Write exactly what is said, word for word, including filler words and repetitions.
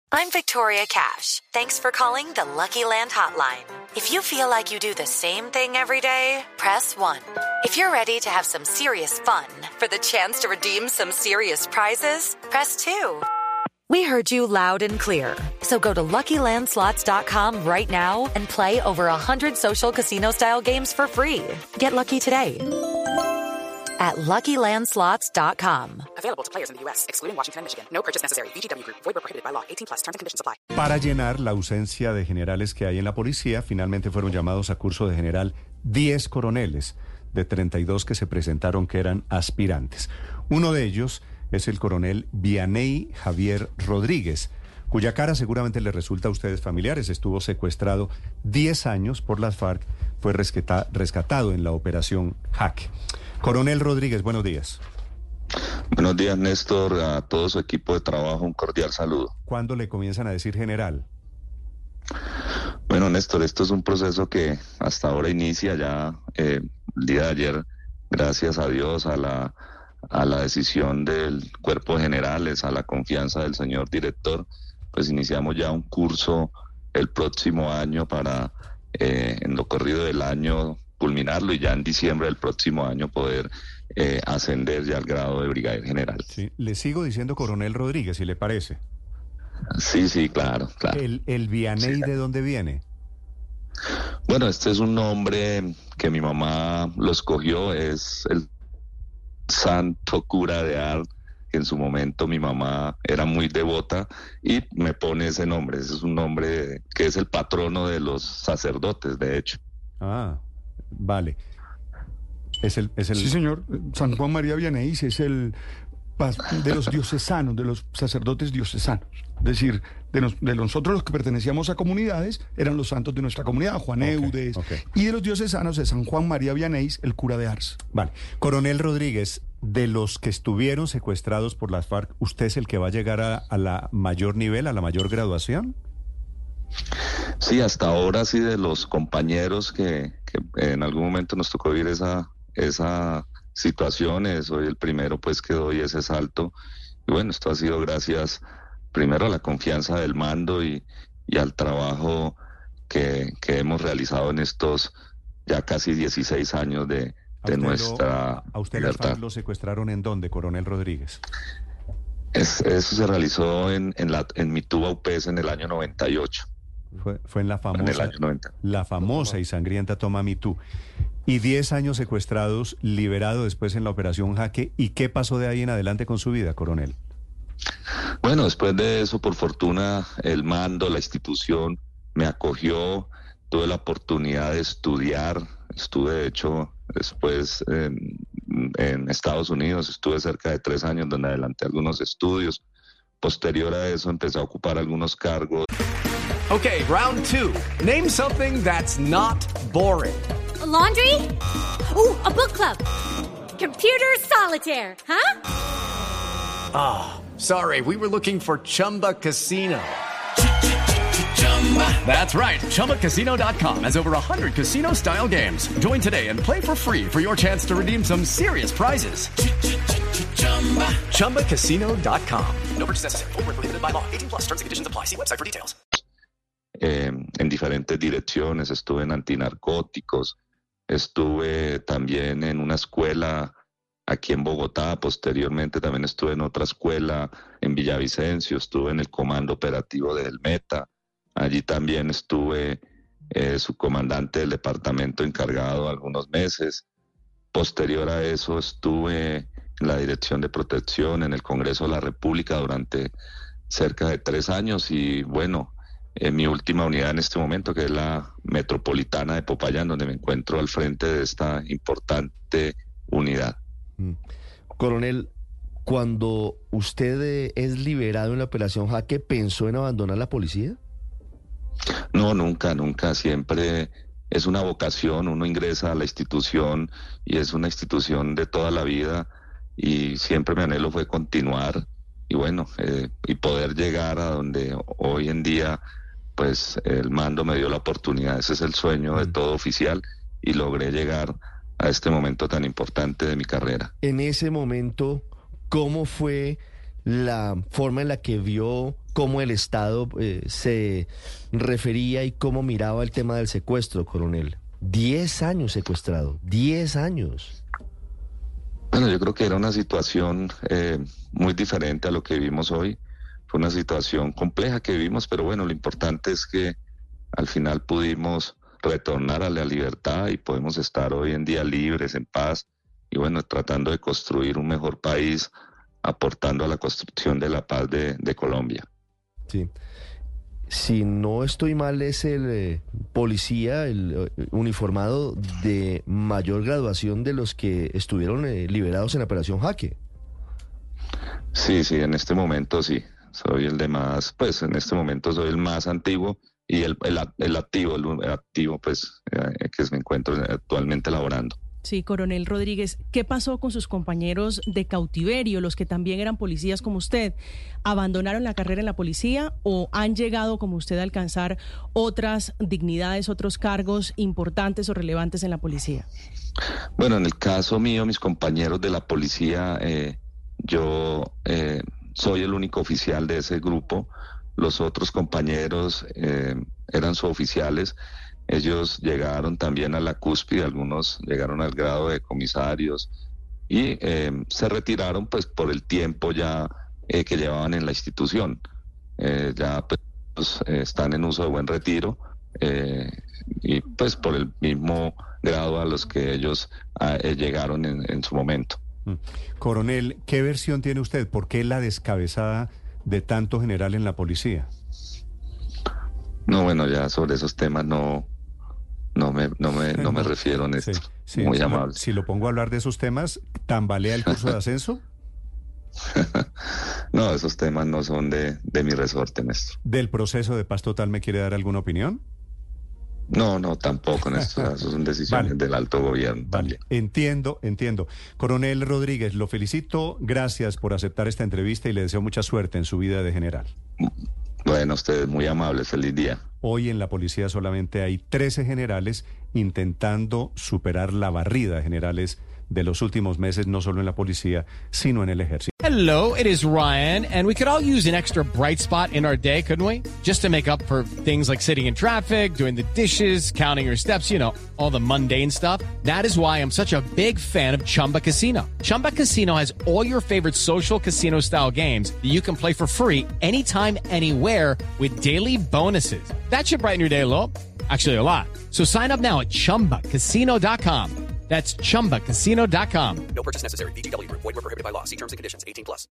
I'm Victoria Cash. Thanks for calling the Lucky Land Hotline. If you feel like you do the same thing every day, press one. If you're ready to have some serious fun for the chance to redeem some serious prizes, press two. We heard you loud and clear. So go to Lucky Land Slots dot com right now and play over one hundred social casino-style games for free. Get lucky today at Lucky Land Slots dot com. Available to players in the U S, excluding Washington and Michigan. No purchase necessary. V G W Group. Void where prohibited by law. eighteen plus. Terms and conditions apply. Para llenar la ausencia de generales que hay en la policía, finalmente fueron llamados a curso de general diez coroneles de treinta y dos que se presentaron que eran aspirantes. Uno de ellos es el coronel Vianey Javier Rodríguez, cuya cara seguramente le resulta a ustedes familiares. Estuvo secuestrado diez años por las FARC, fue rescata- rescatado en la operación Jaque. Coronel Rodríguez, buenos días. Buenos días, Néstor, a todo su equipo de trabajo, un cordial saludo. ¿Cuándo le comienzan a decir general? Bueno, Néstor, esto es un proceso que hasta ahora inicia ya eh, el día de ayer, gracias a Dios, a la, a la decisión del cuerpo de generales, a la confianza del señor director, pues iniciamos ya un curso el próximo año para, eh, en lo corrido del año, culminarlo y ya en diciembre del próximo año poder eh, ascender ya al grado de brigadier general. Sí, le sigo diciendo coronel Rodríguez, si le parece. Sí, sí, claro, claro. ¿El, el Vianey sí. De dónde viene? Bueno, este es un nombre que mi mamá lo escogió, es el santo cura de Ars, que en su momento mi mamá era muy devota y me pone ese nombre. Ese es un nombre que es el patrono de los sacerdotes, de hecho. Ah, vale. Es el, es el... Sí, señor. San Juan María Vianney es el de los diocesanos, de los sacerdotes diocesanos. Es decir, de, nos, de nosotros los que pertenecíamos a comunidades, eran los santos de nuestra comunidad, Juan okay, Eudes, okay. Y de los diocesanos de San Juan María Vianney, el cura de Ars. Vale. Coronel Rodríguez, de los que estuvieron secuestrados por las FARC, ¿usted es el que va a llegar a, a la mayor nivel, a la mayor graduación? Sí, hasta ahora sí, de los compañeros que, que en algún momento nos tocó vivir esa, esa situación, soy el primero pues que doy ese salto. Y bueno, esto ha sido gracias primero a la confianza del mando y, y al trabajo que, que hemos realizado en estos ya casi dieciséis años de, de nuestra lo, ¿A usted las FARC lo secuestraron en dónde, coronel Rodríguez? Es, eso se realizó en, en, la, en Mituba U P S en el año noventa y ocho. Fue, fue en la famosa, en el año noventa. La famosa y sangrienta toma Mitú. Y diez años secuestrados, liberado después en la operación Jaque. ¿Y qué pasó de ahí en adelante con su vida, coronel? Bueno, después de eso, por fortuna, el mando, la institución me acogió, tuve la oportunidad de estudiar, estuve de hecho después en, en Estados Unidos, estuve cerca de tres años donde adelanté algunos estudios. Posterior a eso empecé a ocupar algunos cargos. Okay, round two. Name something that's not boring. A laundry? Ooh, a book club. Computer solitaire, huh? Ah, oh, sorry, we were looking for Chumba Casino. That's right, Chumba Casino dot com has over one hundred casino-style games. Join today and play for free for your chance to redeem some serious prizes. Chumba Casino dot com. No purchase necessary. Void where prohibited by law. eighteen plus. Terms and conditions apply. See website for details. Eh, en diferentes direcciones, estuve en antinarcóticos, estuve también en una escuela aquí en Bogotá, posteriormente también estuve en otra escuela en Villavicencio, estuve en el comando operativo del Meta, allí también estuve eh, subcomandante del departamento encargado algunos meses. Posterior a eso estuve en la Dirección de Protección en el Congreso de la República durante cerca de tres años y bueno, en mi última unidad en este momento, que es la Metropolitana de Popayán, donde me encuentro al frente de esta importante unidad. Mm. Coronel, cuando usted eh, es liberado en la operación Jaque, ¿pensó en abandonar la policía? No, nunca, nunca. Siempre es una vocación, uno ingresa a la institución y es una institución de toda la vida y siempre mi anhelo fue continuar y bueno, eh, y poder llegar a donde hoy en día pues el mando me dio la oportunidad. Ese es el sueño de todo oficial y logré llegar a este momento tan importante de mi carrera. En ese momento, ¿cómo fue la forma en la que vio cómo el Estado eh, se refería y cómo miraba el tema del secuestro, coronel. Diez años secuestrado, diez años. Bueno, yo creo que era una situación eh, muy diferente a lo que vivimos hoy. Fue una situación compleja que vivimos, pero bueno, lo importante es que al final pudimos retornar a la libertad y podemos estar hoy en día libres, en paz, y bueno, tratando de construir un mejor país, aportando a la construcción de la paz de, de Colombia. Sí. Si no estoy mal, es el eh, policía, el eh, uniformado de mayor graduación de los que estuvieron eh, liberados en la Operación Jaque. Sí, sí, en este momento sí. Soy el de más, pues en este momento soy el más antiguo y el, el, el activo, el, el activo pues eh, que me encuentro actualmente laborando. Sí, coronel Rodríguez, ¿qué pasó con sus compañeros de cautiverio, los que también eran policías como usted? ¿Abandonaron la carrera en la policía o han llegado como usted a alcanzar otras dignidades, otros cargos importantes o relevantes en la policía? Bueno, en el caso mío, mis compañeros de la policía, eh, yo eh, soy el único oficial de ese grupo. Los otros compañeros eh, eran suboficiales. Ellos llegaron también a la cúspide, algunos llegaron al grado de comisarios y eh, se retiraron pues por el tiempo ya eh, que llevaban en la institución. Eh, ya pues eh, están en uso de buen retiro eh, y pues por el mismo grado a los que ellos eh, llegaron en, en su momento. Coronel, ¿qué versión tiene usted? ¿Por qué la descabezada de tanto general en la policía? No, bueno, ya sobre esos temas no, no me, no me, no me refiero, Néstor. Sí, sí, muy si amable. Lo, si lo pongo a hablar de esos temas, ¿tambalea el curso de ascenso? No, esos temas no son de, de mi resorte, Néstor. ¿Del proceso de paz total me quiere dar alguna opinión? No, no, tampoco, Néstor. Eso son decisiones vale. del alto gobierno. Vale, también. Entiendo, entiendo. Coronel Rodríguez, lo felicito. Gracias por aceptar esta entrevista y le deseo mucha suerte en su vida de general. Bueno, ustedes muy amables. Feliz día. Hoy en la policía solamente hay trece generales intentando superar la barrida de generales de los últimos meses, no solo en la policía, sino en el ejército. Hello, it is Ryan, and we could all use an extra bright spot in our day, couldn't we? Just to make up for things like sitting in traffic, doing the dishes, counting your steps, you know, all the mundane stuff. That is why I'm such a big fan of Chumba Casino. Chumba Casino has all your favorite social casino-style games that you can play for free anytime, anywhere with daily bonuses. That should brighten your day a little. Actually, a lot. So sign up now at chumba casino dot com. That's chumba casino dot com. No purchase necessary. V G W Group. Void where prohibited by law. See terms and conditions. eighteen plus.